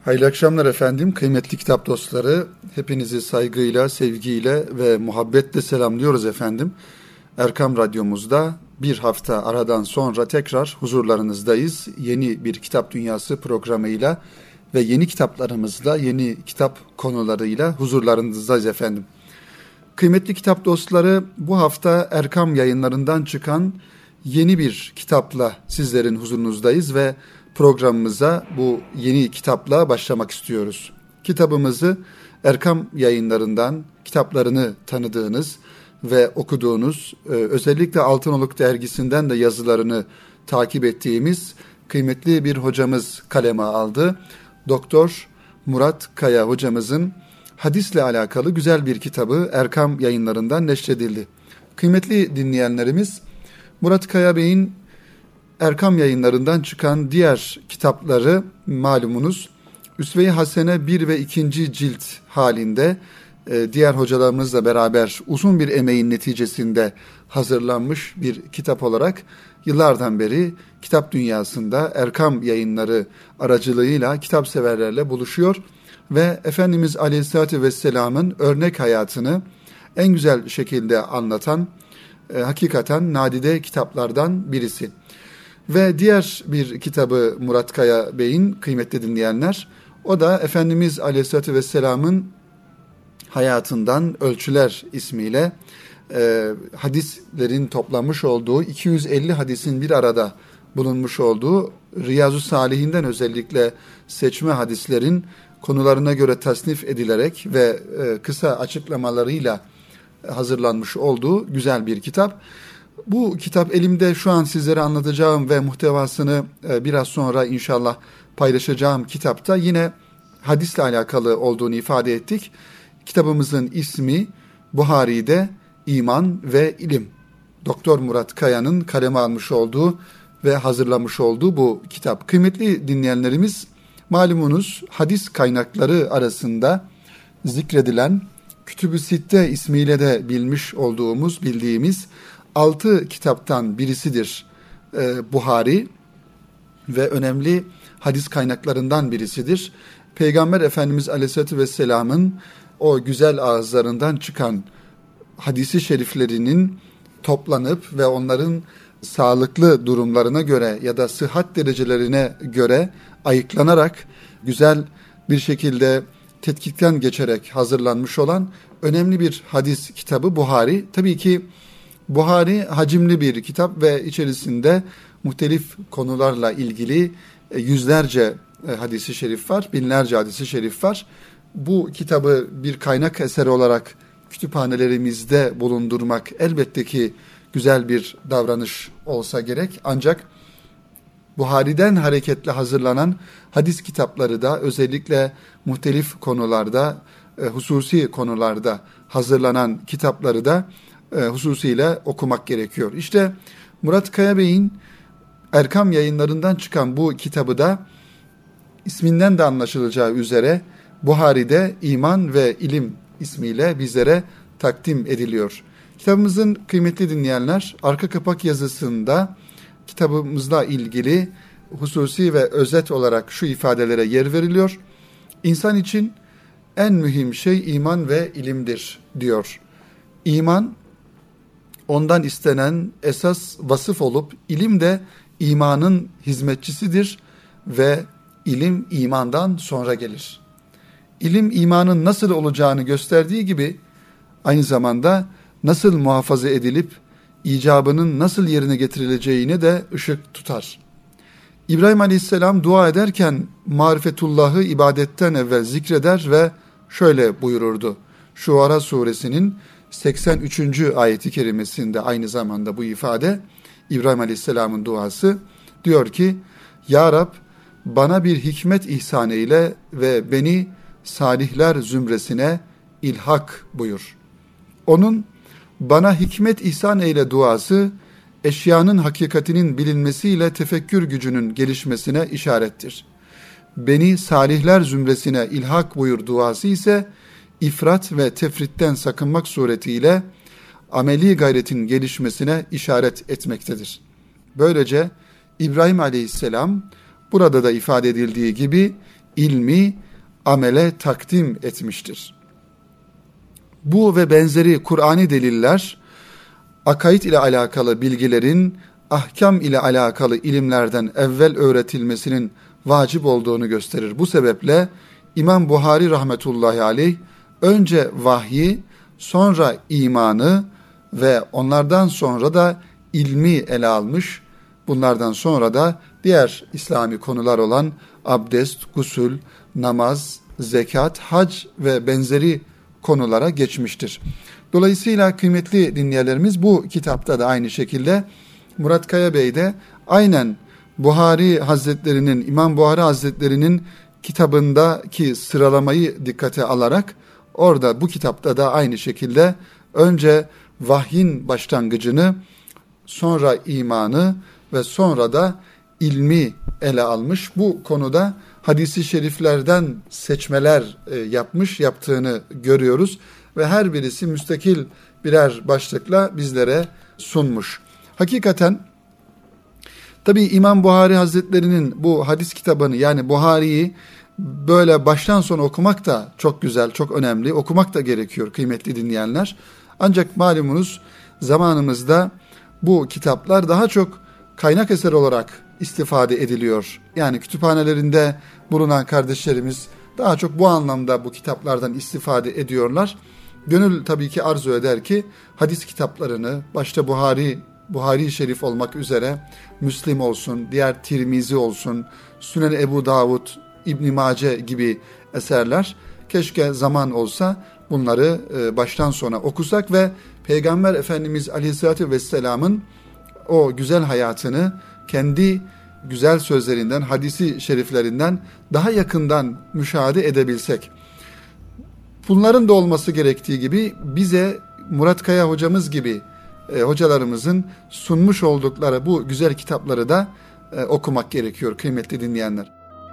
Hayırlı akşamlar efendim, kıymetli kitap dostları. Hepinizi saygıyla, sevgiyle ve muhabbetle selamlıyoruz efendim. Erkam Radyomuzda bir hafta aradan sonra tekrar huzurlarınızdayız. Yeni bir Kitap Dünyası programıyla ve yeni kitaplarımızla, yeni kitap konularıyla huzurlarınızdayız efendim. Kıymetli kitap dostları, bu hafta Erkam Yayınlarından çıkan yeni bir kitapla sizlerin huzurunuzdayız ve programımıza bu yeni kitapla başlamak istiyoruz. Kitabımızı Erkam Yayınlarından kitaplarını tanıdığınız ve okuduğunuz, özellikle Altınoluk Dergisi'nden de yazılarını takip ettiğimiz kıymetli bir hocamız kaleme aldı. Doktor Murat Kaya hocamızın hadisle alakalı güzel bir kitabı Erkam Yayınlarından neşredildi. Kıymetli dinleyenlerimiz, Murat Kaya Bey'in Erkam Yayınlarından çıkan diğer kitapları malumunuz Üsve-i Hasene 1 ve 2. cilt halinde diğer hocalarımızla beraber uzun bir emeğin neticesinde hazırlanmış bir kitap olarak yıllardan beri kitap dünyasında Erkam Yayınları aracılığıyla kitap severlerle buluşuyor ve Efendimiz Aleyhisselatü Vesselam'ın örnek hayatını en güzel şekilde anlatan hakikaten nadide kitaplardan birisi. Ve diğer bir kitabı Murat Kaya Bey'in, kıymetli dinleyenler, o da Efendimiz Aleyhisselatü Vesselam'ın hayatından ölçüler ismiyle hadislerin toplanmış olduğu 250 hadisin bir arada bulunmuş olduğu Riyazu Salihinden özellikle seçme hadislerin konularına göre tasnif edilerek ve kısa açıklamalarıyla hazırlanmış olduğu güzel bir kitap. Bu kitap elimde şu an sizlere anlatacağım ve muhtevasını biraz sonra inşallah paylaşacağım kitapta yine hadisle alakalı olduğunu ifade ettik. Kitabımızın ismi Buhari'de İman ve İlim. Doktor Murat Kaya'nın kaleme almış olduğu ve hazırlamış olduğu bu kitap. Kıymetli dinleyenlerimiz, malumunuz hadis kaynakları arasında zikredilen Kütüb-ü Sitte ismiyle de bildiğimiz 6 kitaptan birisidir Buhari ve önemli hadis kaynaklarından birisidir. Peygamber Efendimiz Aleyhisselatü Vesselam'ın o güzel ağızlarından çıkan hadisi şeriflerinin toplanıp ve onların sağlıklı durumlarına göre ya da sıhhat derecelerine göre ayıklanarak güzel bir şekilde tetkikten geçerek hazırlanmış olan önemli bir hadis kitabı Buhari. Tabii ki Buhari hacimli bir kitap ve içerisinde muhtelif konularla ilgili yüzlerce hadisi şerif var, binlerce hadisi şerif var. Bu kitabı bir kaynak eseri olarak kütüphanelerimizde bulundurmak elbette ki güzel bir davranış olsa gerek. Ancak Buhari'den hareketle hazırlanan hadis kitapları da özellikle muhtelif konularda, hususi konularda hazırlanan kitapları da hususiyle okumak gerekiyor. İşte Murat Kaya Bey'in Erkam Yayınlarından çıkan bu kitabı da isminden de anlaşılacağı üzere Buhari'de İman ve İlim ismiyle bizlere takdim ediliyor. Kitabımızın kıymetli dinleyenler arka kapak yazısında kitabımızla ilgili hususi ve özet olarak şu ifadelere yer veriliyor. İnsan için en mühim şey iman ve ilimdir diyor. İman ondan istenen esas vasıf olup ilim de imanın hizmetçisidir ve ilim imandan sonra gelir. İlim imanın nasıl olacağını gösterdiği gibi aynı zamanda nasıl muhafaza edilip icabının nasıl yerine getirileceğine de ışık tutar. İbrahim Aleyhisselam dua ederken marifetullahı ibadetten evvel zikreder ve şöyle buyururdu. Şuara suresinin 83. ayeti kerimesinde aynı zamanda bu ifade İbrahim Aleyhisselam'ın duası diyor ki: Ya Rab, bana bir hikmet ihsan eyle ve beni salihler zümresine ilhak buyur. Onun bana hikmet ihsan eyle duası eşyanın hakikatinin bilinmesiyle tefekkür gücünün gelişmesine işarettir. Beni salihler zümresine ilhak buyur duası ise ifrat ve tefritten sakınmak suretiyle ameli gayretin gelişmesine işaret etmektedir. Böylece İbrahim Aleyhisselam burada da ifade edildiği gibi ilmi amele takdim etmiştir. Bu ve benzeri Kur'ani deliller, akaid ile alakalı bilgilerin ahkam ile alakalı ilimlerden evvel öğretilmesinin vacip olduğunu gösterir. Bu sebeple İmam Buhari rahmetullahi aleyh önce vahyi, sonra imanı ve onlardan sonra da ilmi ele almış. Bunlardan sonra da diğer İslami konular olan abdest, gusül, namaz, zekat, hac ve benzeri konulara geçmiştir. Dolayısıyla kıymetli dinleyenlerimiz, bu kitapta da aynı şekilde Murat Kaya Bey de aynen Buhari Hazretleri'nin, İmam Buhari Hazretleri'nin kitabındaki sıralamayı dikkate alarak orada bu kitapta da aynı şekilde önce vahyin başlangıcını, sonra imanı ve sonra da ilmi ele almış. Bu konuda hadisi şeriflerden seçmeler yaptığını görüyoruz ve her birisi müstakil birer başlıkla bizlere sunmuş. Hakikaten tabii İmam Buhari Hazretleri'nin bu hadis kitabını, yani Buhari'yi böyle baştan sona okumak da çok güzel, çok önemli. Okumak da gerekiyor kıymetli dinleyenler. Ancak malumunuz zamanımızda bu kitaplar daha çok kaynak eser olarak istifade ediliyor. Yani kütüphanelerinde bulunan kardeşlerimiz daha çok bu anlamda bu kitaplardan istifade ediyorlar. Gönül tabii ki arzu eder ki hadis kitaplarını, başta Buhari Şerif olmak üzere, Müslim olsun, diğer Tirmizi olsun, Sünen Ebu Davud, İbn-i Mace gibi eserler, keşke zaman olsa bunları baştan sona okusak ve Peygamber Efendimiz Aleyhisselatü Vesselam'ın o güzel hayatını kendi güzel sözlerinden, hadisi şeriflerinden daha yakından müşahede edebilsek. Bunların da olması gerektiği gibi bize Murat Kaya hocamız gibi hocalarımızın sunmuş oldukları bu güzel kitapları da okumak gerekiyor kıymetli dinleyenler.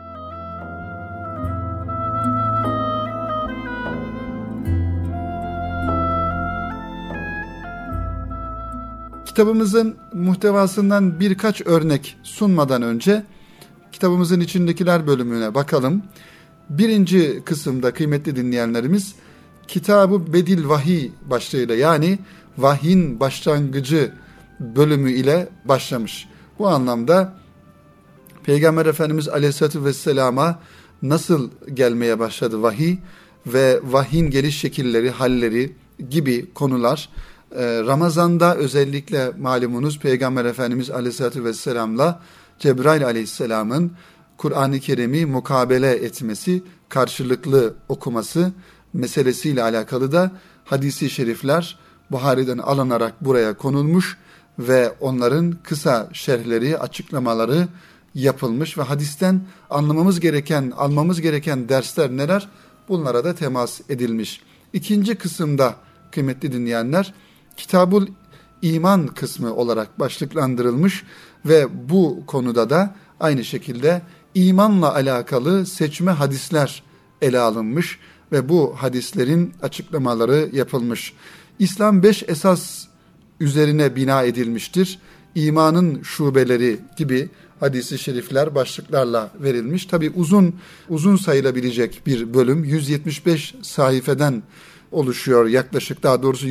Kitabımızın muhtevasından birkaç örnek sunmadan önce kitabımızın içindekiler bölümüne bakalım. Birinci kısımda kıymetli dinleyenlerimiz Kitab-ı Bedil Vahiy başlığıyla, yani vahyin başlangıcı bölümü ile başlamış. Bu anlamda Peygamber Efendimiz Aleyhisselatü Vesselam'a nasıl gelmeye başladı vahiy ve vahyin geliş şekilleri, halleri gibi konular. Ramazan'da özellikle malumunuz Peygamber Efendimiz Aleyhisselatü Vesselam'la Cebrail Aleyhisselam'ın Kur'an-ı Kerim'i mukabele etmesi, karşılıklı okuması meselesiyle alakalı da hadisi şerifler Buhari'den alınarak buraya konulmuş ve onların kısa şerhleri, açıklamaları yapılmış ve hadisten almamız gereken dersler neler? Bunlara da temas edilmiş. İkinci kısımda kıymetli dinleyenler, Kitabul İman kısmı olarak başlıklandırılmış ve bu konuda da aynı şekilde imanla alakalı seçme hadisler ele alınmış ve bu hadislerin açıklamaları yapılmış. İslam 5 esas üzerine bina edilmiştir. İmanın şubeleri gibi hadis-i şerifler başlıklarla verilmiş. Tabi uzun sayılabilecek bir bölüm, 175 sayfeden oluşuyor yaklaşık, daha doğrusu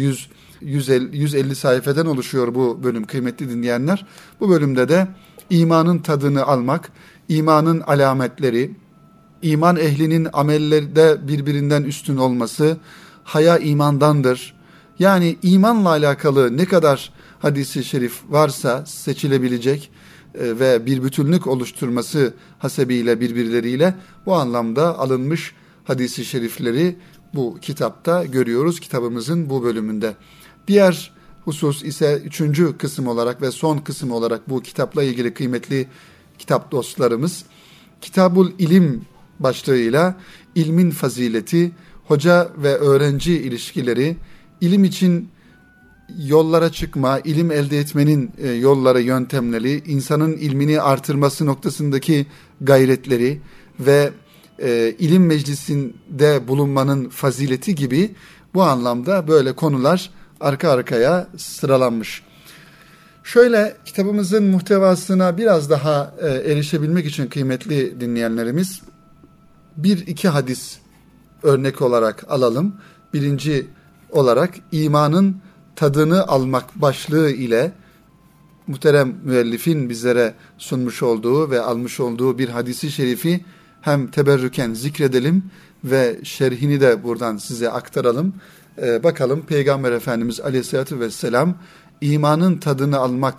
150 sayfeden oluşuyor bu bölüm kıymetli dinleyenler. Bu bölümde de imanın tadını almak, imanın alametleri, iman ehlinin amellerde birbirinden üstün olması, haya imandandır. Yani imanla alakalı ne kadar hadis-i şerif varsa seçilebilecek ve bir bütünlük oluşturması hasebiyle birbirleriyle bu anlamda alınmış hadis-i şerifleri bu kitapta görüyoruz, kitabımızın bu bölümünde. Diğer husus ise 3. kısım olarak ve son kısım olarak bu kitapla ilgili kıymetli kitap dostlarımız, Kitabul İlim başlığıyla ilmin fazileti, hoca ve öğrenci ilişkileri, ilim için yollara çıkma, ilim elde etmenin yolları, yöntemleri, insanın ilmini artırması noktasındaki gayretleri ve ilim meclisinde bulunmanın fazileti gibi bu anlamda böyle konular arka arkaya sıralanmış. Şöyle kitabımızın muhtevasına biraz daha erişebilmek için kıymetli dinleyenlerimiz, bir iki hadis örnek olarak alalım. Birinci olarak imanın tadını almak başlığı ile muhterem müellifin bizlere sunmuş olduğu ve almış olduğu bir hadisi şerifi hem teberrüken zikredelim ve şerhini de buradan size aktaralım. Bakalım Peygamber Efendimiz Aleyhisselatü Vesselam imanın tadını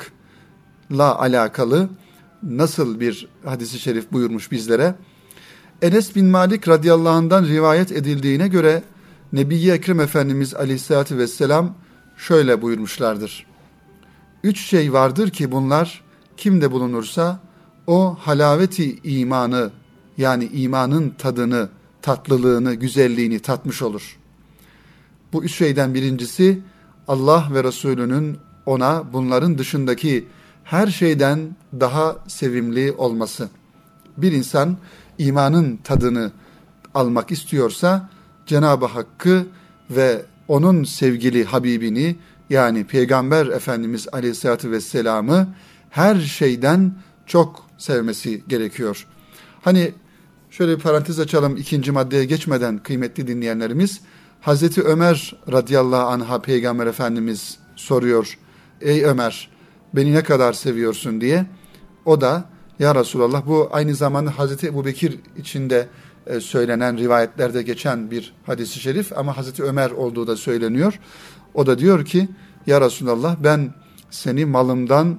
almakla alakalı nasıl bir hadisi şerif buyurmuş bizlere. Enes bin Malik radıyallahu anh'dan rivayet edildiğine göre Nebi-i Ekrem Efendimiz Aleyhisselatü Vesselam şöyle buyurmuşlardır. 3 şey vardır ki bunlar kimde bulunursa o halaveti imanı, yani imanın tadını, tatlılığını, güzelliğini tatmış olur. Bu 3 şeyden birincisi Allah ve Resulünün ona bunların dışındaki her şeyden daha sevimli olması. Bir insan imanın tadını almak istiyorsa Cenab-ı Hakk'ı ve onun sevgili Habibini, yani Peygamber Efendimiz Aleyhisselatü Vesselam'ı her şeyden çok sevmesi gerekiyor. Hani şöyle bir parantez açalım ikinci maddeye geçmeden kıymetli dinleyenlerimiz. Hazreti Ömer radıyallahu anh'a Peygamber Efendimiz soruyor. Ey Ömer, beni ne kadar seviyorsun diye. O da ya Resulallah, bu aynı zamanda Hazreti Ebubekir içinde söylenen, rivayetlerde geçen bir hadis-i şerif ama Hazreti Ömer olduğu da söyleniyor. O da diyor ki ya Resulallah, ben seni malımdan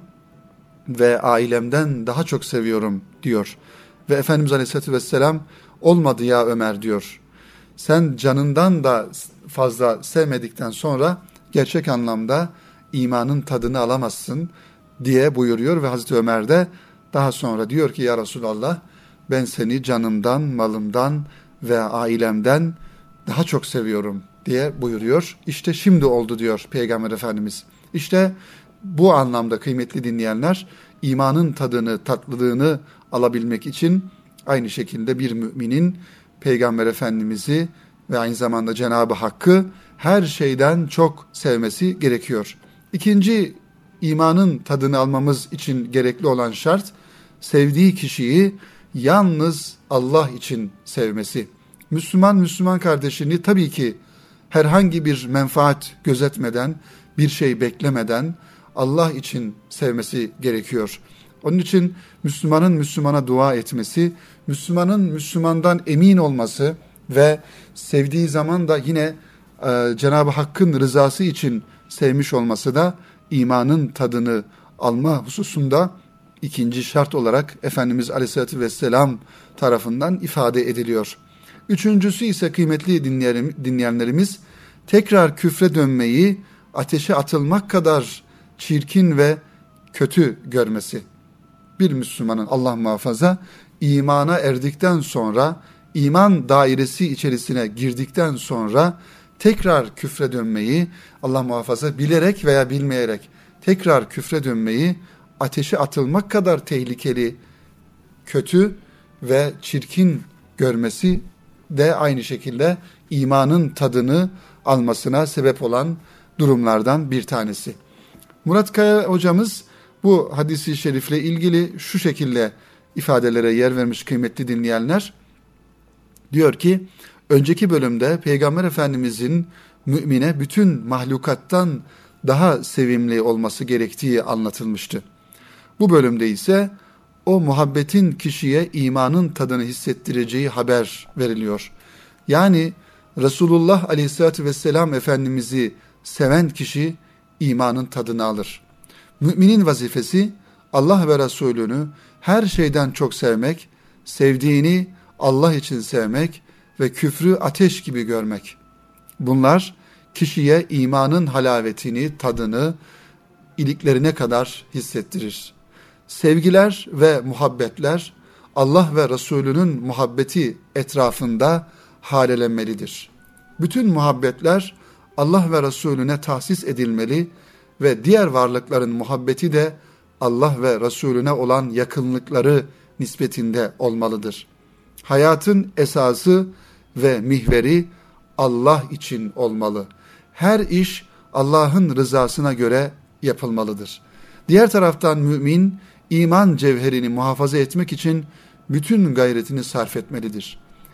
ve ailemden daha çok seviyorum diyor. Ve Efendimiz Aleyhisselatü Vesselam olmadı ya Ömer diyor. Sen canından da fazla sevmedikten sonra gerçek anlamda imanın tadını alamazsın diye buyuruyor ve Hazreti Ömer de daha sonra diyor ki ya Resulallah, ben seni canımdan, malımdan ve ailemden daha çok seviyorum diye buyuruyor. İşte şimdi oldu diyor Peygamber Efendimiz. İşte bu anlamda kıymetli dinleyenler, imanın tadını, tatlılığını alabilmek için aynı şekilde bir müminin Peygamber Efendimiz'i ve aynı zamanda Cenab-ı Hakk'ı her şeyden çok sevmesi gerekiyor. İkinci, imanın tadını almamız için gerekli olan şart, sevdiği kişiyi yalnız Allah için sevmesi. Müslüman kardeşini tabii ki herhangi bir menfaat gözetmeden, bir şey beklemeden Allah için sevmesi gerekiyor. Onun için Müslümanın Müslümana dua etmesi, Müslümanın Müslümandan emin olması ve sevdiği zaman da yine Cenab-ı Hakk'ın rızası için sevmiş olması da imanın tadını alma hususunda ikinci şart olarak Efendimiz Aleyhisselatü Vesselam tarafından ifade ediliyor. Üçüncüsü ise kıymetli dinleyenlerimiz, tekrar küfre dönmeyi ateşe atılmak kadar çirkin ve kötü görmesi. Bir Müslümanın Allah muhafaza imana erdikten sonra, iman dairesi içerisine girdikten sonra tekrar küfre dönmeyi, Allah muhafaza bilerek veya bilmeyerek tekrar küfre dönmeyi ateşe atılmak kadar tehlikeli, kötü ve çirkin görmesi de aynı şekilde imanın tadını almasına sebep olan durumlardan bir tanesi. Murat Kaya hocamız bu hadisi şerifle ilgili şu şekilde ifadelere yer vermiş kıymetli dinleyenler. Diyor ki, önceki bölümde Peygamber Efendimizin mümine bütün mahlukattan daha sevimli olması gerektiği anlatılmıştı. Bu bölümde ise o muhabbetin kişiye imanın tadını hissettireceği haber veriliyor. Yani Resulullah Aleyhisselatü Vesselam Efendimiz'i seven kişi imanın tadını alır. Müminin vazifesi Allah ve Resulünü her şeyden çok sevmek, sevdiğini Allah için sevmek ve küfrü ateş gibi görmek. Bunlar kişiye imanın halavetini, tadını iliklerine kadar hissettirir. Sevgiler ve muhabbetler Allah ve Resulünün muhabbeti etrafında halelenmelidir. Bütün muhabbetler Allah ve Resulüne tahsis edilmeli ve diğer varlıkların muhabbeti de Allah ve Resulüne olan yakınlıkları nispetinde olmalıdır. Hayatın esası ve mihveri Allah için olmalı. Her iş Allah'ın rızasına göre yapılmalıdır. Diğer taraftan mümin, iman cevherini muhafaza etmek için bütün gayretini sarf etmelidir.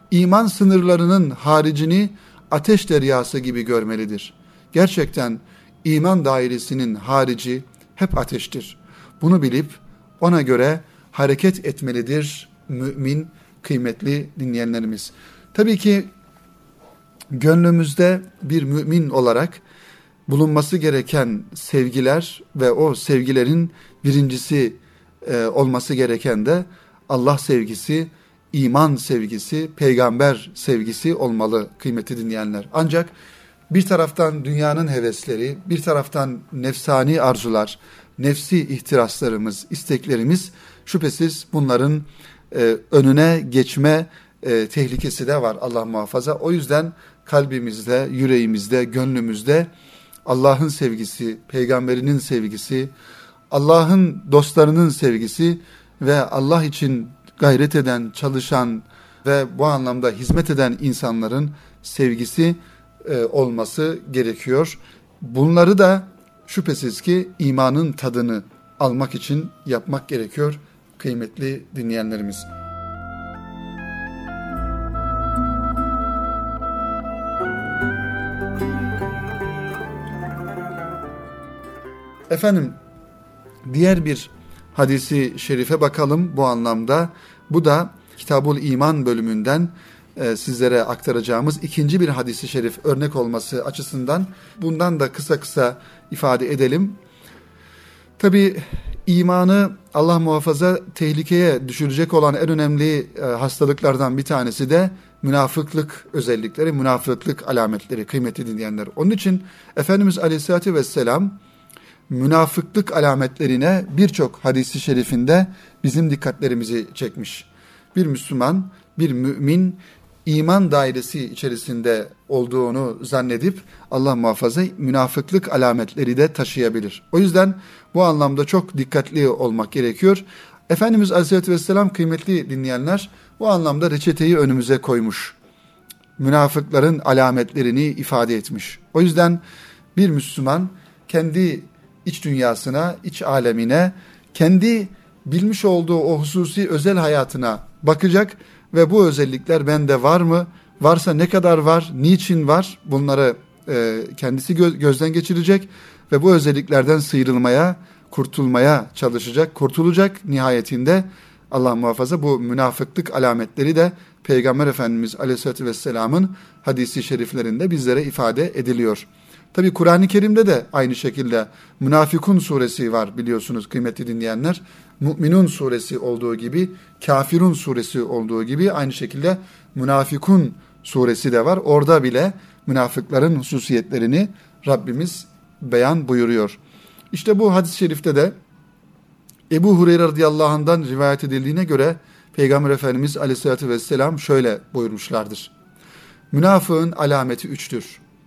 iman sınırlarının haricini ateş deryası gibi görmelidir. Gerçekten iman dairesinin harici hep ateştir. Bunu bilip ona göre hareket etmelidir mümin, kıymetli dinleyenlerimiz. Tabii ki gönlümüzde bir mümin olarak bulunması gereken sevgiler ve o sevgilerin birincisi olması gereken de Allah sevgisi, iman sevgisi, peygamber sevgisi olmalı kıymetli dinleyenler. Ancak bir taraftan dünyanın hevesleri, bir taraftan nefsani arzular, nefsi ihtiraslarımız, isteklerimiz şüphesiz bunların önüne geçme tehlikesi de var Allah muhafaza. O yüzden kalbimizde, yüreğimizde, gönlümüzde Allah'ın sevgisi, peygamberinin sevgisi, Allah'ın dostlarının sevgisi ve Allah için gayret eden, çalışan ve bu anlamda hizmet eden insanların sevgisi olması gerekiyor. Bunları da şüphesiz ki imanın tadını almak için yapmak gerekiyor kıymetli dinleyenlerimiz. Efendim, diğer bir hadisi şerife bakalım bu anlamda. Bu da Kitabul İman bölümünden sizlere aktaracağımız ikinci bir hadisi şerif örnek olması açısından bundan da kısa kısa ifade edelim. Tabi imanı Allah muhafaza tehlikeye düşürecek olan en önemli hastalıklardan bir tanesi de münafıklık özellikleri, münafıklık alametleri kıymetli dinleyenler. Onun için Efendimiz Aleyhisselatü Vesselam münafıklık alametlerine birçok hadisi şerifinde bizim dikkatlerimizi çekmiş. Bir Müslüman, bir mümin iman dairesi içerisinde olduğunu zannedip Allah muhafaza münafıklık alametleri de taşıyabilir. O yüzden bu anlamda çok dikkatli olmak gerekiyor. Efendimiz Aleyhisselatü Vesselam kıymetli dinleyenler bu anlamda reçeteyi önümüze koymuş. Münafıkların alametlerini ifade etmiş. O yüzden bir Müslüman kendi iç dünyasına, iç alemine, kendi bilmiş olduğu o hususi özel hayatına bakacak ve bu özellikler bende var mı? Varsa ne kadar var? Niçin var? Bunları kendisi gözden geçirecek ve bu özelliklerden sıyrılmaya, kurtulmaya çalışacak, kurtulacak. Nihayetinde Allah muhafaza bu münafıklık alametleri de Peygamber Efendimiz Aleyhisselatü Vesselam'ın hadisi şeriflerinde bizlere ifade ediliyor. Tabi Kur'an-ı Kerim'de de aynı şekilde Münafikun suresi var biliyorsunuz kıymetli dinleyenler. Müminun suresi olduğu gibi, Kafirun suresi olduğu gibi aynı şekilde Münafikun suresi de var. Orada bile münafıkların hususiyetlerini Rabbimiz beyan buyuruyor. İşte bu hadis-i şerifte de Ebu Hureyre radıyallahu anh'dan rivayet edildiğine göre Peygamber Efendimiz aleyhissalatü vesselam şöyle buyurmuşlardır. Münafığın alameti 3'tür.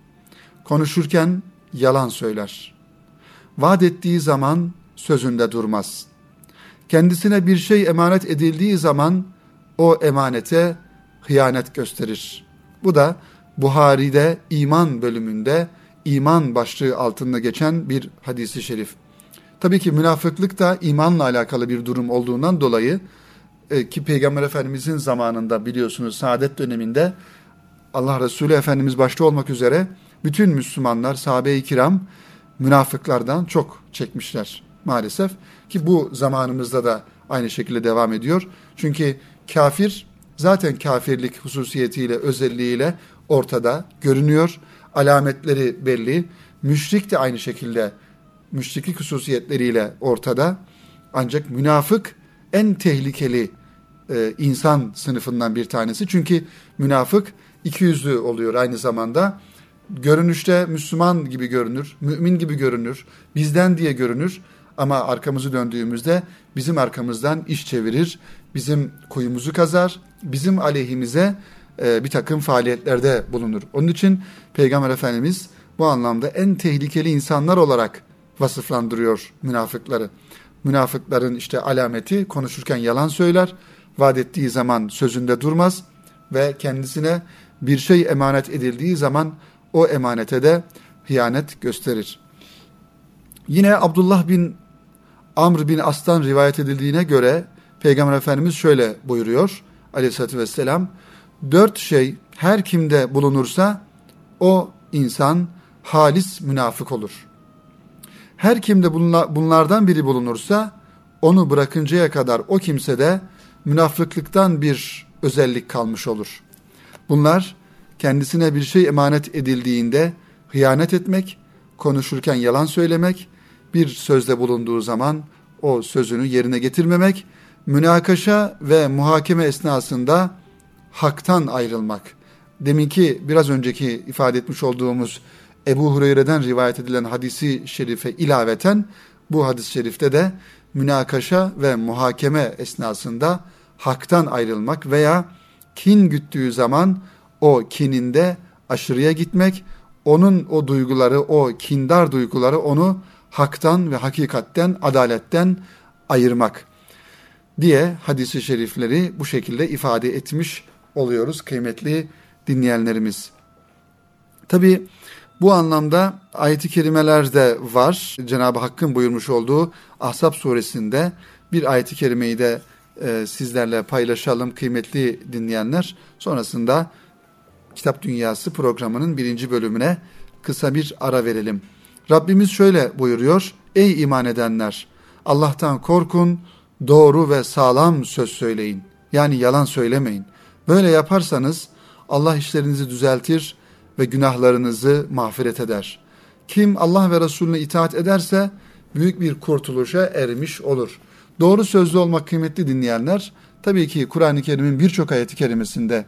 Konuşurken yalan söyler. Vaat ettiği zaman sözünde durmaz. Kendisine bir şey emanet edildiği zaman o emanete hıyanet gösterir. Bu da Buhari'de iman bölümünde iman başlığı altında geçen bir hadisi şerif. Tabii ki münafıklık da imanla alakalı bir durum olduğundan dolayı ki Peygamber Efendimizin zamanında biliyorsunuz saadet döneminde Allah Resulü Efendimiz başta olmak üzere bütün Müslümanlar, sahabe-i kiram münafıklardan çok çekmişler maalesef. Ki bu zamanımızda da aynı şekilde devam ediyor. Çünkü kafir zaten kafirlik hususiyetiyle, özelliğiyle ortada görünüyor. Alametleri belli. Müşrik de aynı şekilde müşriklik hususiyetleriyle ortada. Ancak münafık en tehlikeli insan sınıfından bir tanesi. Çünkü münafık ikiyüzlü oluyor aynı zamanda. Görünüşte Müslüman gibi görünür, mümin gibi görünür, bizden diye görünür. Ama arkamızı döndüğümüzde bizim arkamızdan iş çevirir, bizim kuyumuzu kazar, bizim aleyhimize bir takım faaliyetlerde bulunur. Onun için Peygamber Efendimiz bu anlamda en tehlikeli insanlar olarak vasıflandırıyor münafıkları. Münafıkların işte alameti konuşurken yalan söyler, vaat ettiği zaman sözünde durmaz ve kendisine bir şey emanet edildiği zaman o emanete de hıyanet gösterir. Yine Abdullah bin Amr bin As'tan rivayet edildiğine göre Peygamber Efendimiz şöyle buyuruyor aleyhissalatü vesselam, 4 şey her kimde bulunursa o insan halis münafık olur. Her kimde bunlardan biri bulunursa onu bırakıncaya kadar o kimsede münafıklıktan bir özellik kalmış olur. Bunlar kendisine bir şey emanet edildiğinde hıyanet etmek, konuşurken yalan söylemek, bir sözde bulunduğu zaman o sözünü yerine getirmemek, münakaşa ve muhakeme esnasında haktan ayrılmak. Deminki biraz önceki ifade etmiş olduğumuz Ebu Hureyre'den rivayet edilen hadisi şerife ilaveten bu hadis-i şerifte de münakaşa ve muhakeme esnasında haktan ayrılmak veya kin güttüğü zaman o kininde aşırıya gitmek, onun o duyguları, o kindar duyguları onu haktan ve hakikatten, adaletten ayırmak diye hadis-i şerifleri bu şekilde ifade etmiş oluyoruz kıymetli dinleyenlerimiz. Tabi bu anlamda ayet-i kerimeler de var. Cenab-ı Hakk'ın buyurmuş olduğu Ahzab suresinde bir ayet-i kerimeyi de sizlerle paylaşalım kıymetli dinleyenler. Sonrasında Kitap Dünyası programının 1. bölümüne kısa bir ara verelim. Rabbimiz şöyle buyuruyor: Ey iman edenler! Allah'tan korkun, doğru ve sağlam söz söyleyin. Yani yalan söylemeyin. Böyle yaparsanız Allah işlerinizi düzeltir ve günahlarınızı mağfiret eder. Kim Allah ve Resulüne itaat ederse büyük bir kurtuluşa ermiş olur. Doğru sözlü olmak kıymetli dinleyenler, tabii ki Kur'an-ı Kerim'in birçok ayet-i kerimesinde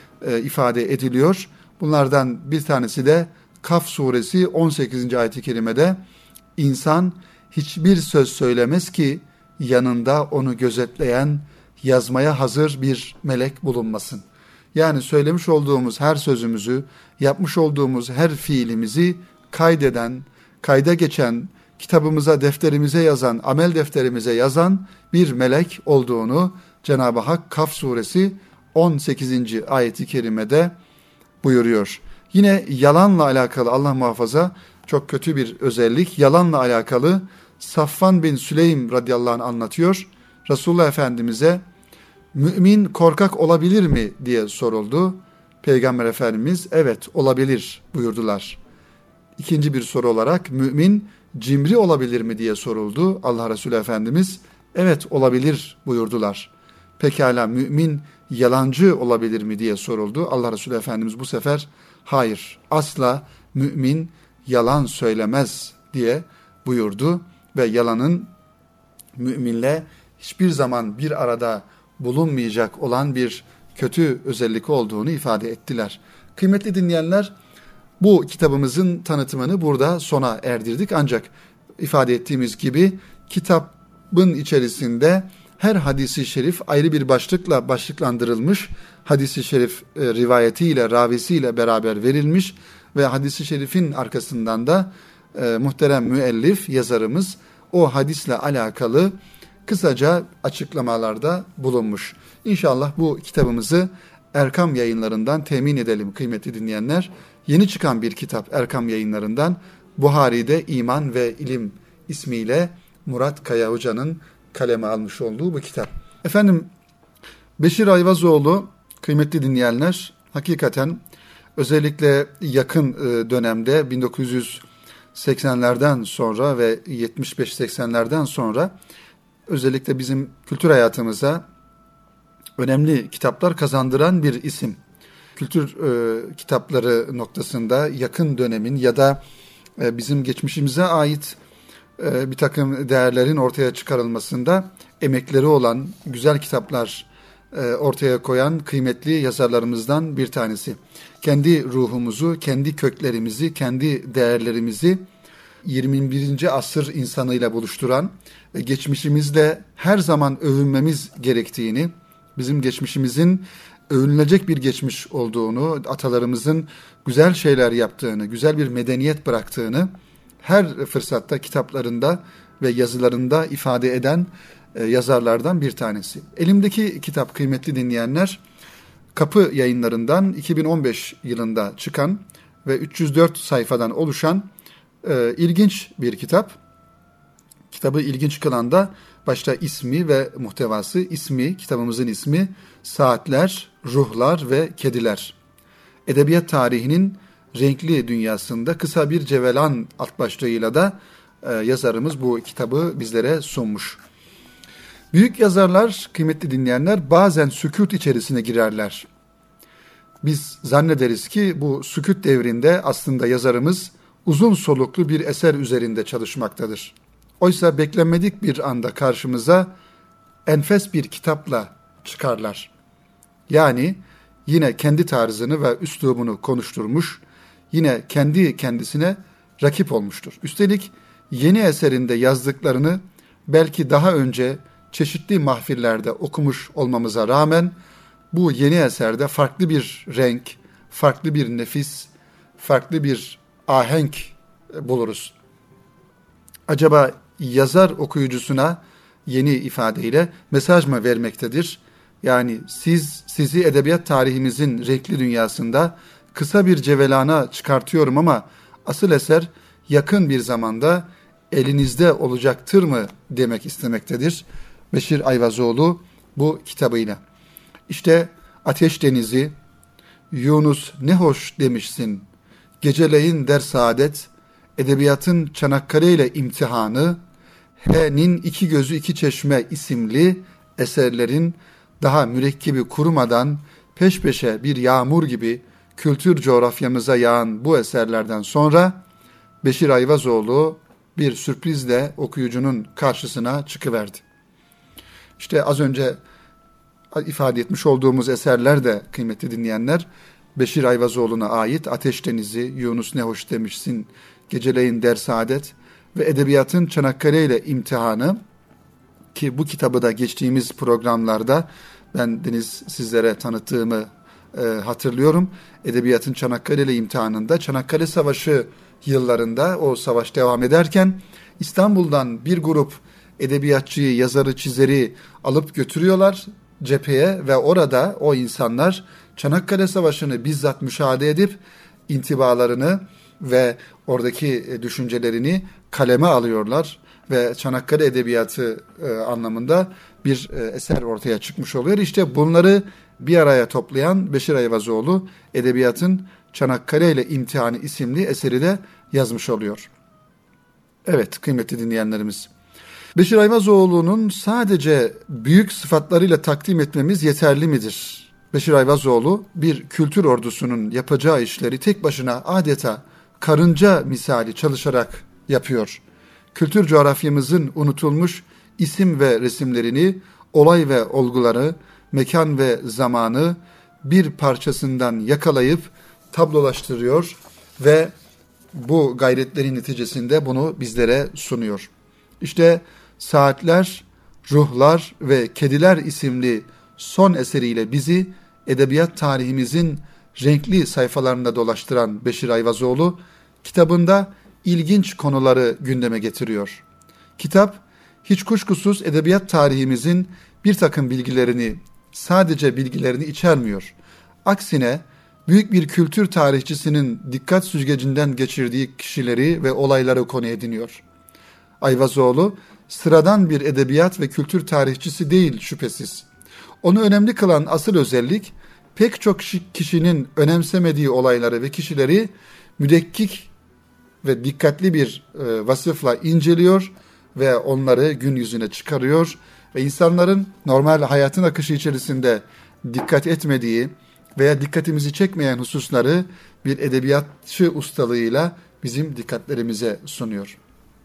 ifade ediliyor. Bunlardan bir tanesi de Kaf suresi 18. ayet-i kerimede insan hiçbir söz söylemez ki yanında onu gözetleyen, yazmaya hazır bir melek bulunmasın. Yani söylemiş olduğumuz her sözümüzü, yapmış olduğumuz her fiilimizi kaydeden, kayda geçen, kitabımıza, defterimize yazan, amel defterimize yazan bir melek olduğunu Cenab-ı Hak Kaf suresi 18. ayeti kerimede buyuruyor. Yine yalanla alakalı, Allah muhafaza, çok kötü bir özellik. Yalanla alakalı Safvan bin Süleym radıyallahu anh anlatıyor. Resulullah Efendimiz'e mümin korkak olabilir mi diye soruldu. Peygamber Efendimiz evet olabilir buyurdular. İkinci bir soru olarak mümin cimri olabilir mi diye soruldu. Allah Resulü Efendimiz evet olabilir buyurdular. Pekala mümin yalancı olabilir mi diye soruldu. Allah Resulü Efendimiz bu sefer hayır, asla mümin yalan söylemez diye buyurdu ve yalanın müminle hiçbir zaman bir arada bulunmayacak olan bir kötü özellik olduğunu ifade ettiler. Kıymetli dinleyenler, bu kitabımızın tanıtımını burada sona erdirdik. Ancak ifade ettiğimiz gibi kitabın içerisinde her hadisi şerif ayrı bir başlıkla başlıklandırılmış, hadisi şerif rivayetiyle, ravisiyle beraber verilmiş ve hadisi şerifin arkasından da muhterem müellif, yazarımız o hadisle alakalı kısaca açıklamalarda bulunmuş. İnşallah bu kitabımızı Erkam Yayınlarından temin edelim kıymetli dinleyenler. Yeni çıkan bir kitap Erkam Yayınlarından, Buhari'de İman ve İlim ismiyle Murat Kaya Hoca'nın kaleme almış olduğu bu kitap. Efendim, Beşir Ayvazoğlu kıymetli dinleyenler, hakikaten özellikle yakın dönemde 1980'lerden sonra ve 75-80'lerden sonra özellikle bizim kültür hayatımıza önemli kitaplar kazandıran bir isim. Kültür kitapları noktasında yakın dönemin ya da bizim geçmişimize ait bir takım değerlerin ortaya çıkarılmasında emekleri olan güzel kitaplar ortaya koyan kıymetli yazarlarımızdan bir tanesi. Kendi ruhumuzu, kendi köklerimizi, kendi değerlerimizi 21. asır insanıyla buluşturan ve geçmişimizle her zaman övünmemiz gerektiğini, bizim geçmişimizin övünülecek bir geçmiş olduğunu, atalarımızın güzel şeyler yaptığını, güzel bir medeniyet bıraktığını her fırsatta kitaplarında ve yazılarında ifade eden yazarlardan bir tanesi. Elimdeki kitap kıymetli dinleyenler, Kapı Yayınlarından 2015 yılında çıkan ve 304 sayfadan oluşan ilginç bir kitap. Kitabı ilginç kılan da Başta ismi ve muhtevası. İsmi, kitabımızın ismi Saatler, Ruhlar ve Kediler. Edebiyat tarihinin renkli dünyasında kısa bir cevelan alt başlığıyla da yazarımız bu kitabı bizlere sunmuş. Büyük yazarlar, kıymetli dinleyenler, bazen sükût içerisine girerler. Biz zannederiz ki bu sükût devrinde aslında yazarımız uzun soluklu bir eser üzerinde çalışmaktadır. Oysa beklenmedik bir anda karşımıza enfes bir kitapla çıkarlar. Yani yine kendi tarzını ve üslubunu konuşturmuş, yine kendi kendisine rakip olmuştur. Üstelik yeni eserinde yazdıklarını belki daha önce çeşitli mahfillerde okumuş olmamıza rağmen bu yeni eserde farklı bir renk, farklı bir nefis, farklı bir ahenk buluruz. Acaba yazar okuyucusuna yeni ifadeyle mesaj mı vermektedir? Yani sizi edebiyat tarihimizin renkli dünyasında kısa bir cevelana çıkartıyorum ama asıl eser yakın bir zamanda elinizde olacaktır mı demek istemektedir Beşir Ayvazoğlu bu kitabıyla. İşte Ateş Denizi, Yunus ne hoş demişsin, Geceleyin der saadet, Edebiyatın Çanakkale ile imtihanı, H'nin iki gözü iki çeşme isimli eserlerin daha mürekkebi kurumadan peş peşe bir yağmur gibi kültür coğrafyamıza yağan bu eserlerden sonra Beşir Ayvazoğlu bir sürprizle okuyucunun karşısına çıkıverdi. İşte az önce ifade etmiş olduğumuz eserler de kıymetli dinleyenler Beşir Ayvazoğlu'na ait. Ateş Denizi, Yunus ne hoş demişsin, Geceleyin der saadet ve Edebiyatın Çanakkale ile imtihanı, ki bu kitabı da geçtiğimiz programlarda ben Deniz sizlere tanıttığımı hatırlıyorum. Edebiyatın Çanakkale ile imtihanında Çanakkale Savaşı yıllarında o savaş devam ederken İstanbul'dan bir grup edebiyatçıyı, yazarı, çizeri alıp götürüyorlar cepheye ve orada o insanlar Çanakkale Savaşı'nı bizzat müşahede edip intibalarını ve oradaki düşüncelerini kaleme alıyorlar ve Çanakkale Edebiyatı anlamında bir eser ortaya çıkmış oluyor. İşte bunları bir araya toplayan Beşir Ayvazoğlu Edebiyatın Çanakkale ile İmtihanı isimli eseri de yazmış oluyor. Evet kıymetli dinleyenlerimiz, Beşir Ayvazoğlu'nun sadece büyük sıfatlarıyla takdim etmemiz yeterli midir? Beşir Ayvazoğlu bir kültür ordusunun yapacağı işleri tek başına adeta karınca misali çalışarak yapıyor. Kültür coğrafyamızın unutulmuş isim ve resimlerini, olay ve olguları, mekan ve zamanı bir parçasından yakalayıp tablolaştırıyor ve bu gayretlerin neticesinde bunu bizlere sunuyor. İşte Saatler, Ruhlar ve Kediler isimli son eseriyle bizi edebiyat tarihimizin renkli sayfalarında dolaştıran Beşir Ayvazoğlu kitabında ilginç konuları gündeme getiriyor. Kitap hiç kuşkusuz edebiyat tarihimizin bir takım bilgilerini, sadece bilgilerini içermiyor. Aksine büyük bir kültür tarihçisinin dikkat süzgecinden geçirdiği kişileri ve olayları konu ediniyor. Ayvazoğlu sıradan bir edebiyat ve kültür tarihçisi değil şüphesiz. Onu önemli kılan asıl özellik pek çok kişinin önemsemediği olayları ve kişileri müdekkik ve dikkatli bir vasıfla inceliyor ve onları gün yüzüne çıkarıyor ve insanların normal hayatın akışı içerisinde dikkat etmediği veya dikkatimizi çekmeyen hususları bir edebiyatçı ustalığıyla bizim dikkatlerimize sunuyor.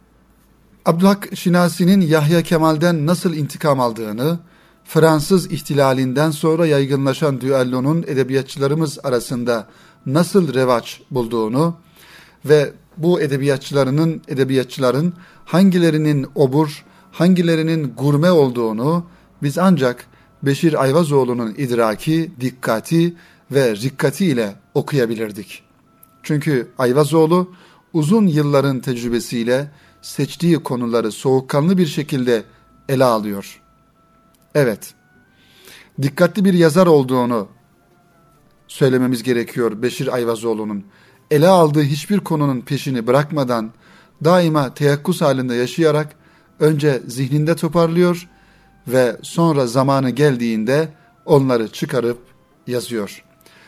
Abdülhak Şinasi'nin Yahya Kemal'den nasıl intikam aldığını, Fransız ihtilalinden sonra yaygınlaşan düellonun edebiyatçılarımız arasında nasıl revaç bulduğunu ve bu edebiyatçıların hangilerinin obur, hangilerinin gurme olduğunu biz ancak Beşir Ayvazoğlu'nun idraki, dikkati ve rikkati ile okuyabilirdik. Çünkü Ayvazoğlu uzun yılların tecrübesiyle seçtiği konuları soğukkanlı bir şekilde ele alıyor. Evet, dikkatli bir yazar olduğunu söylememiz gerekiyor Beşir Ayvazoğlu'nun. Ele aldığı hiçbir konunun peşini bırakmadan, daima teyakkuz halinde yaşayarak önce zihninde toparlıyor ve sonra zamanı geldiğinde onları çıkarıp yazıyor.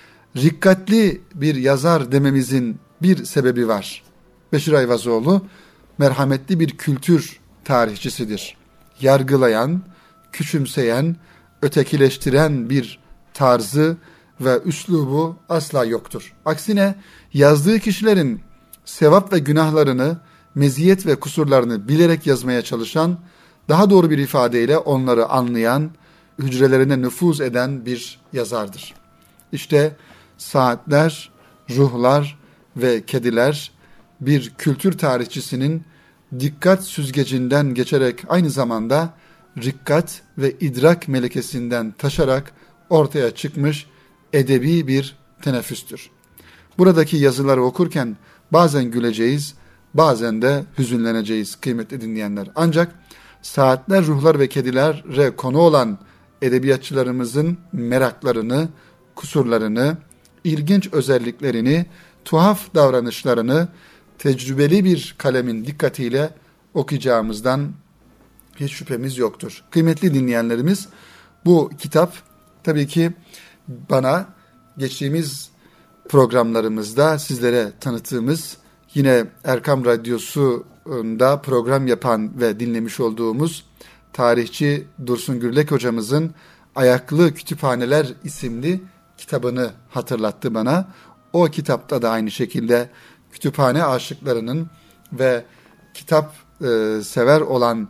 Rikkatli bir yazar dememizin bir sebebi var. Beşir Ayvazoğlu merhametli bir kültür tarihçisidir. Yargılayan, küçümseyen, ötekileştiren bir tarzı ve üslubu asla yoktur. Aksine yazdığı kişilerin sevap ve günahlarını, meziyet ve kusurlarını bilerek yazmaya çalışan, daha doğru bir ifadeyle onları anlayan, hücrelerine nüfuz eden bir yazardır. İşte Saatler, Ruhlar ve Kediler bir kültür tarihçisinin dikkat süzgecinden geçerek aynı zamanda rikkat ve idrak melekesinden taşarak ortaya çıkmış edebi bir teneffüstür. Buradaki yazıları okurken bazen güleceğiz, bazen de hüzünleneceğiz kıymetli dinleyenler. Ancak Saatler, Ruhlar ve Kedilere konu olan edebiyatçılarımızın meraklarını, kusurlarını, ilginç özelliklerini, tuhaf davranışlarını tecrübeli bir kalemin dikkatiyle okuyacağımızdan hiç şüphemiz yoktur. Kıymetli dinleyenlerimiz, bu kitap tabii ki bana geçtiğimiz programlarımızda sizlere tanıttığımız, yine Erkam Radyosu'nda program yapan ve dinlemiş olduğumuz tarihçi Dursun Gürlek hocamızın Ayaklı Kütüphaneler isimli kitabını hatırlattı bana. O kitapta da aynı şekilde kütüphane aşıklarının ve kitap sever olan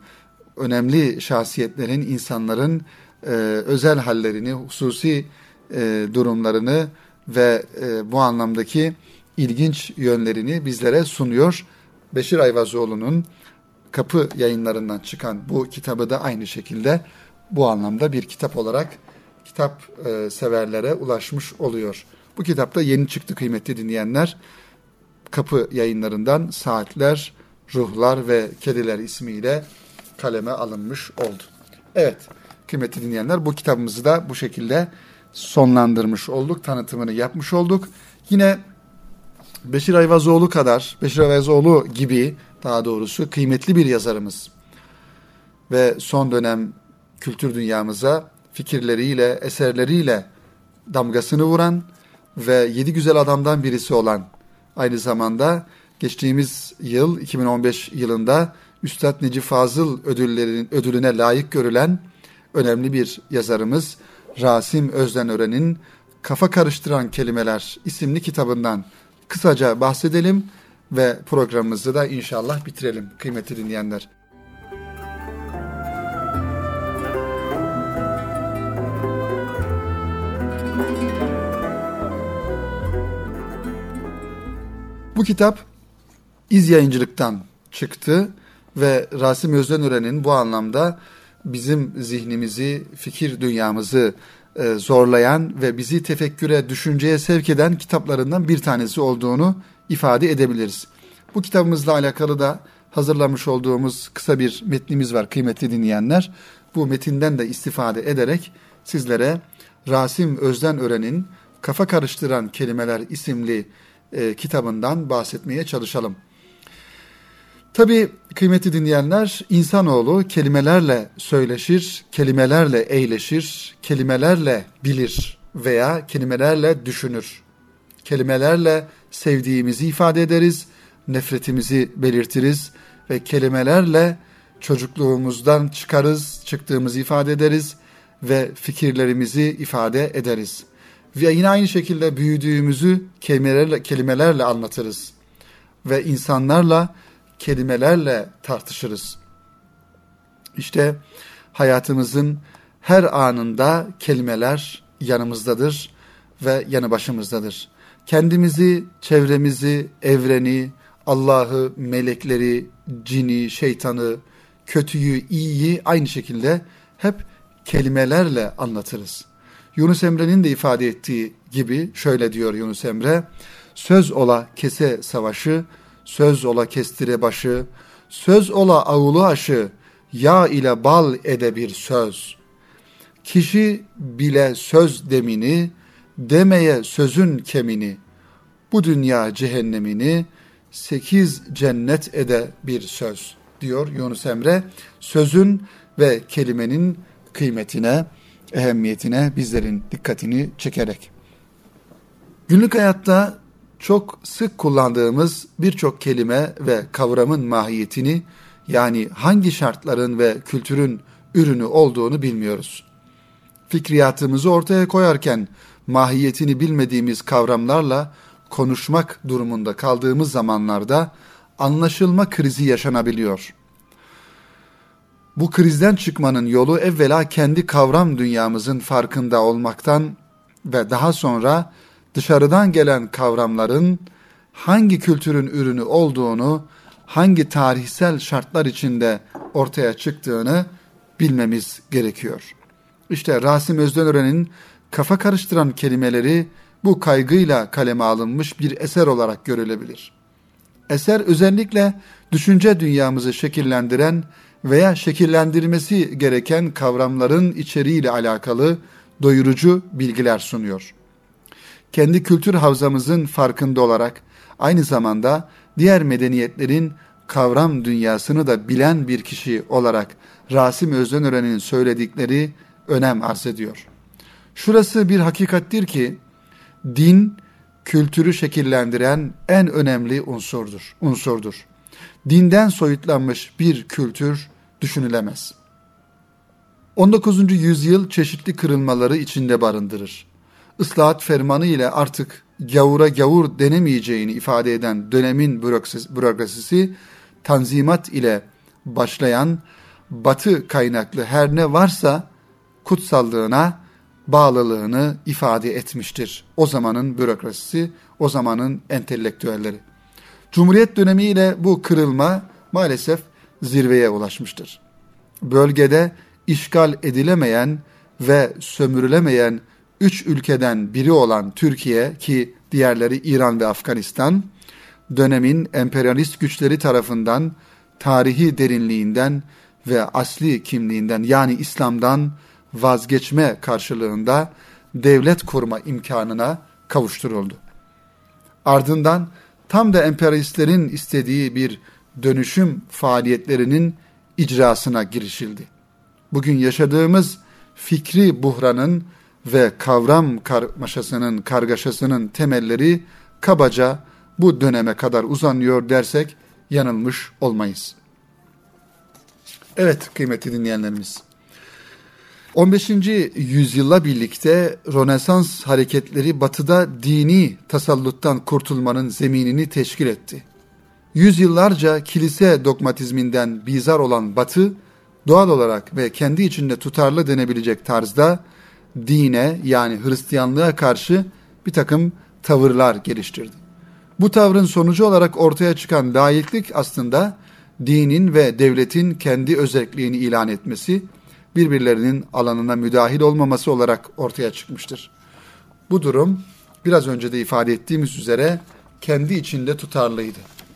önemli şahsiyetlerin, insanların özel hallerini, hususi durumlarını ve bu anlamdaki ilginç yönlerini bizlere sunuyor. Beşir Ayvazoğlu'nun Kapı Yayınlarından çıkan bu kitabı da aynı şekilde bu anlamda bir kitap olarak kitap severlere ulaşmış oluyor. Bu kitap da yeni çıktı kıymetli dinleyenler. Kapı Yayınlarından Saatler, Ruhlar ve Kediler ismiyle kaleme alınmış oldu. Evet kıymetli dinleyenler, bu kitabımızı da bu şekilde sonlandırmış olduk, tanıtımını yapmış olduk. Yine Beşir Ayvazoğlu gibi daha doğrusu kıymetli bir yazarımız ve son dönem kültür dünyamıza fikirleriyle, eserleriyle damgasını vuran ve Yedi Güzel Adam'dan birisi olan, aynı zamanda geçtiğimiz yıl 2015 yılında Üstad Necip Fazıl ödülüne layık görülen önemli bir yazarımız Rasim Özdenören'in Kafa Karıştıran Kelimeler isimli kitabından kısaca bahsedelim ve programımızı da inşallah bitirelim kıymetli dinleyenler. Bu kitap İz Yayıncılık'tan çıktı ve Rasim Özdenören'in bu anlamda bizim zihnimizi, fikir dünyamızı zorlayan ve bizi tefekküre, düşünceye sevk eden kitaplarından bir tanesi olduğunu ifade edebiliriz. Bu kitabımızla alakalı da hazırlamış olduğumuz kısa bir metnimiz var kıymetli dinleyenler. Bu metinden de istifade ederek sizlere Rasim Özdenören'in Kafa Karıştıran Kelimeler isimli kitabından bahsetmeye çalışalım. Tabii kıymetli dinleyenler, insanoğlu kelimelerle söyleşir, kelimelerle eyleşir, kelimelerle bilir veya kelimelerle düşünür. Kelimelerle sevdiğimizi ifade ederiz, nefretimizi belirtiriz ve kelimelerle çocukluğumuzdan çıktığımızı ifade ederiz ve fikirlerimizi ifade ederiz. Ve yine aynı şekilde büyüdüğümüzü kelimelerle anlatırız ve insanlarla kelimelerle tartışırız. İşte hayatımızın her anında kelimeler yanımızdadır ve yanı başımızdadır. Kendimizi, çevremizi, evreni, Allah'ı, melekleri, cini, şeytanı, kötüyü, iyiyi aynı şekilde hep kelimelerle anlatırız. Yunus Emre'nin de ifade ettiği gibi şöyle diyor Yunus Emre: söz ola kese savaşı, söz ola kestire başı, söz ola ağulu aşı, yağ ile bal ede bir söz. Kişi bile söz demini, demeye sözün kemini, bu dünya cehennemini, 8 cennet ede bir söz. diyor Yunus Emre. Sözün ve kelimenin kıymetine, ehemmiyetine bizlerin dikkatini çekerek. Günlük hayatta çok sık kullandığımız birçok kelime ve kavramın mahiyetini, yani hangi şartların ve kültürün ürünü olduğunu bilmiyoruz. Fikriyatımızı ortaya koyarken mahiyetini bilmediğimiz kavramlarla konuşmak durumunda kaldığımız zamanlarda anlaşılma krizi yaşanabiliyor. Bu krizden çıkmanın yolu evvela kendi kavram dünyamızın farkında olmaktan ve daha sonra dışarıdan gelen kavramların hangi kültürün ürünü olduğunu, hangi tarihsel şartlar içinde ortaya çıktığını bilmemiz gerekiyor. İşte Rasim Özdenören'in kafa karıştıran kelimeleri bu kaygıyla kaleme alınmış bir eser olarak görülebilir. Eser özellikle düşünce dünyamızı şekillendiren veya şekillendirmesi gereken kavramların içeriğiyle alakalı doyurucu bilgiler sunuyor. Kendi kültür havzamızın farkında olarak aynı zamanda diğer medeniyetlerin kavram dünyasını da bilen bir kişi olarak Rasim Özdenören'in söyledikleri önem arz ediyor. Şurası bir hakikattir ki din kültürü şekillendiren en önemli unsurdur. Dinden soyutlanmış bir kültür düşünülemez. 19. yüzyıl çeşitli kırılmaları içinde barındırır. Islahat fermanı ile artık gavura gavur denemeyeceğini ifade eden dönemin bürokrasisi, tanzimat ile başlayan batı kaynaklı her ne varsa kutsallığına bağlılığını ifade etmiştir. O zamanın bürokrasisi, o zamanın entelektüelleri. Cumhuriyet dönemiyle bu kırılma maalesef zirveye ulaşmıştır. Bölgede işgal edilemeyen ve sömürülemeyen 3 ülkeden biri olan Türkiye, ki diğerleri İran ve Afganistan, dönemin emperyalist güçleri tarafından tarihi derinliğinden ve asli kimliğinden, yani İslam'dan vazgeçme karşılığında devlet kurma imkanına kavuşturuldu. Ardından tam da emperyalistlerin istediği bir dönüşüm faaliyetlerinin icrasına girişildi. Bugün yaşadığımız fikri buhranın ve kavram kargaşasının temelleri kabaca bu döneme kadar uzanıyor dersek yanılmış olmayız. Evet kıymetli dinleyenlerimiz, 15. yüzyılla birlikte Rönesans hareketleri Batı'da dini tasalluttan kurtulmanın zeminini teşkil etti. Yüzyıllarca kilise dogmatizminden bizar olan Batı, doğal olarak ve kendi içinde tutarlı denebilecek tarzda dine, yani Hristiyanlığa karşı bir takım tavırlar geliştirdi. Bu tavrın sonucu olarak ortaya çıkan laiklik aslında dinin ve devletin kendi özelliğini ilan etmesi, birbirlerinin alanına müdahil olmaması olarak ortaya çıkmıştır. Bu durum biraz önce de ifade ettiğimiz üzere kendi içinde tutarlıydı.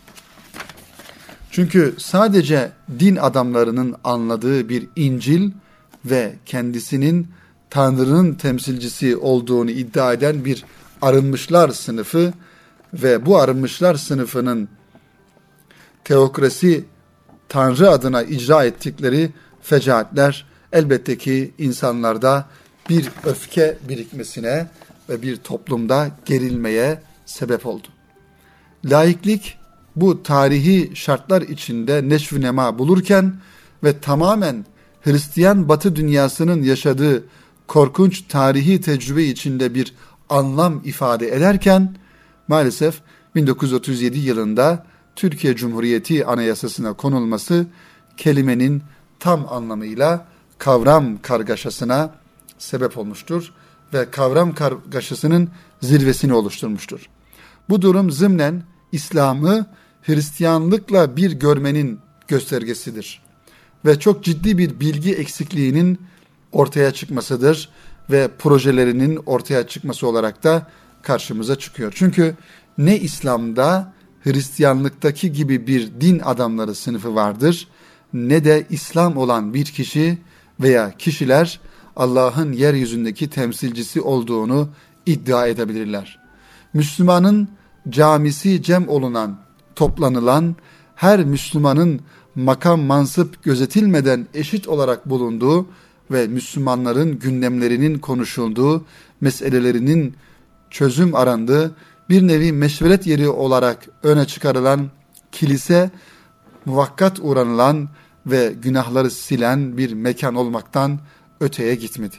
Çünkü sadece din adamlarının anladığı bir İncil ve kendisinin Tanrı'nın temsilcisi olduğunu iddia eden bir arınmışlar sınıfı ve bu arınmışlar sınıfının teokrasi, Tanrı adına icra ettikleri fecaatler elbette ki insanlarda bir öfke birikmesine ve bir toplumda gerilmeye sebep oldu. Laiklik bu tarihi şartlar içinde neşv-i nema bulurken ve tamamen Hristiyan Batı dünyasının yaşadığı korkunç tarihi tecrübe içinde bir anlam ifade ederken, maalesef 1937 yılında Türkiye Cumhuriyeti Anayasası'na konulması kelimenin tam anlamıyla kavram kargaşasına sebep olmuştur ve kavram kargaşasının zirvesini oluşturmuştur. Bu durum zımnen İslam'ı Hristiyanlıkla bir görmenin göstergesidir ve çok ciddi bir bilgi eksikliğinin ortaya çıkmasıdır ve projelerinin ortaya çıkması olarak da karşımıza çıkıyor. Çünkü ne İslam'da Hristiyanlıktaki gibi bir din adamları sınıfı vardır, ne de İslam olan bir kişi veya kişiler Allah'ın yeryüzündeki temsilcisi olduğunu iddia edebilirler. Müslümanın camisi cem olunan, toplanılan, her Müslümanın makam mansıp gözetilmeden eşit olarak bulunduğu ve Müslümanların gündemlerinin konuşulduğu, meselelerinin çözüm arandığı bir nevi meşveret yeri olarak öne çıkarılan kilise, muvakkat uğranılan ve günahları silen bir mekan olmaktan öteye gitmedi.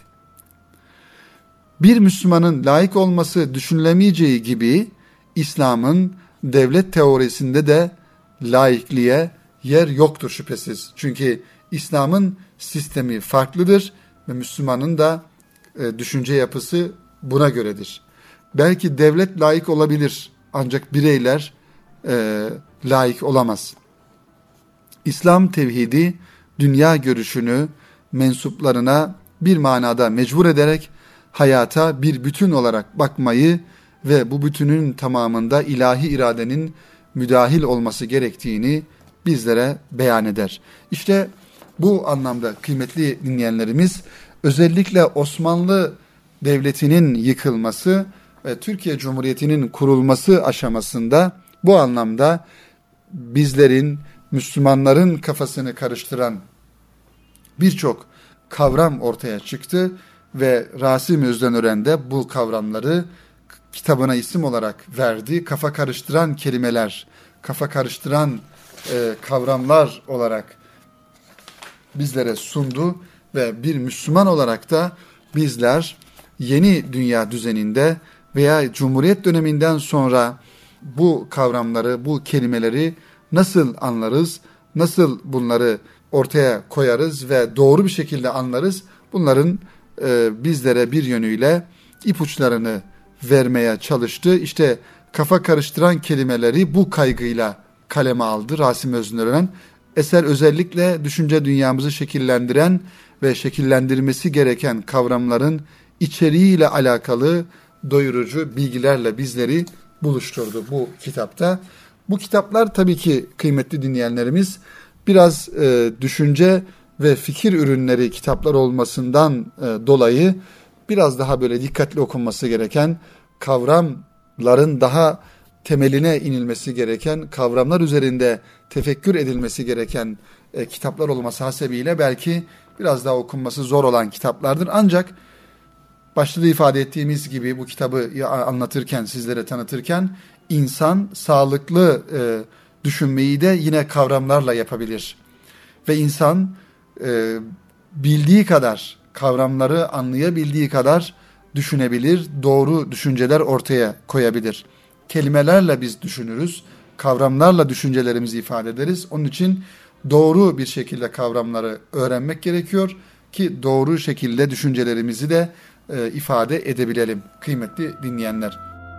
Bir Müslümanın laik olması düşünülemeyeceği gibi İslam'ın devlet teorisinde de laikliğe yer yoktur şüphesiz. Çünkü İslam'ın sistemi farklıdır ve Müslümanın da düşünce yapısı buna göredir. Belki devlet laik olabilir ancak bireyler laik olamaz. İslam tevhidi dünya görüşünü mensuplarına bir manada mecbur ederek hayata bir bütün olarak bakmayı ve bu bütünün tamamında ilahi iradenin müdahil olması gerektiğini bizlere beyan eder. İşte bu anlamda kıymetli dinleyenlerimiz, özellikle Osmanlı Devleti'nin yıkılması ve Türkiye Cumhuriyeti'nin kurulması aşamasında bu anlamda bizlerin, Müslümanların kafasını karıştıran birçok kavram ortaya çıktı ve Rasim Özdenören de bu kavramları kitabına isim olarak verdi. Kafa karıştıran kelimeler, kafa karıştıran kavramlar olarak bizlere sundu ve bir Müslüman olarak da bizler yeni dünya düzeninde veya Cumhuriyet döneminden sonra bu kavramları, bu kelimeleri nasıl anlarız, nasıl bunları ortaya koyarız ve doğru bir şekilde anlarız, bunların bizlere bir yönüyle ipuçlarını vermeye çalıştı. İşte kafa karıştıran kelimeleri bu kaygıyla kaleme aldı Rasim Özdenören. Eser özellikle düşünce dünyamızı şekillendiren ve şekillendirmesi gereken kavramların içeriğiyle alakalı doyurucu bilgilerle bizleri buluşturdu bu kitapta. Bu kitaplar tabii ki kıymetli dinleyenlerimiz biraz düşünce ve fikir ürünleri kitaplar olmasından dolayı biraz daha böyle dikkatli okunması gereken, kavramların daha temeline inilmesi gereken, kavramlar üzerinde tefekkür edilmesi gereken kitaplar olması hasebiyle belki biraz daha okunması zor olan kitaplardır. Ancak başta da ifade ettiğimiz gibi bu kitabı anlatırken, sizlere tanıtırken insan sağlıklı düşünmeyi de yine kavramlarla yapabilir. Ve insan bildiği kadar, kavramları anlayabildiği kadar düşünebilir, doğru düşünceler ortaya koyabilir. Kelimelerle biz düşünürüz, kavramlarla düşüncelerimizi ifade ederiz. Onun için doğru bir şekilde kavramları öğrenmek gerekiyor ki doğru şekilde düşüncelerimizi de ifade edebilelim kıymetli dinleyenler.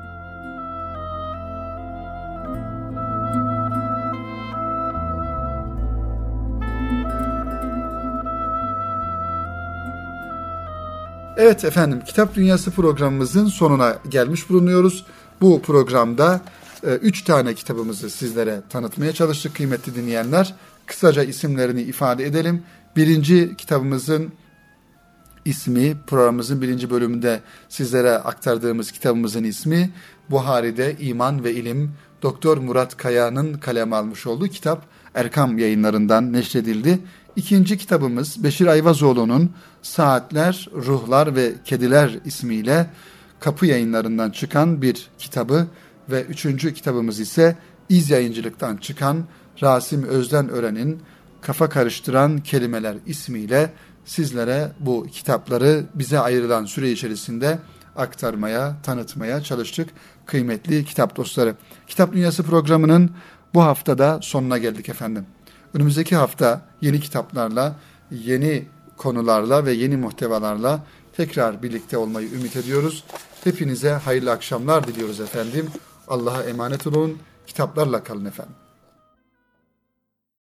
Evet efendim, Kitap Dünyası programımızın sonuna gelmiş bulunuyoruz. Bu programda 3 tane kitabımızı sizlere tanıtmaya çalıştık kıymetli dinleyenler. Kısaca isimlerini ifade edelim. Birinci kitabımızın ismi, programımızın 1. bölümünde sizlere aktardığımız kitabımızın ismi Buhari'de İman ve İlim, Doktor Murat Kaya'nın kaleme almış olduğu kitap Erkam Yayınlarından neşredildi. İkinci kitabımız Beşir Ayvazoğlu'nun Saatler, Ruhlar ve Kediler ismiyle Kapı Yayınlarından çıkan bir kitabı ve üçüncü kitabımız ise İz Yayıncılık'tan çıkan Rasim Özdenören'in Kafa Karıştıran Kelimeler ismiyle sizlere bu kitapları bize ayrılan süre içerisinde aktarmaya, tanıtmaya çalıştık kıymetli kitap dostları. Kitap Dünyası programının bu haftada sonuna geldik efendim. Önümüzdeki hafta yeni kitaplarla, yeni konularla ve yeni muhtevalarla tekrar birlikte olmayı ümit ediyoruz. Hepinize hayırlı akşamlar diliyoruz efendim. Allah'a emanet olun. Kitaplarla kalın efendim.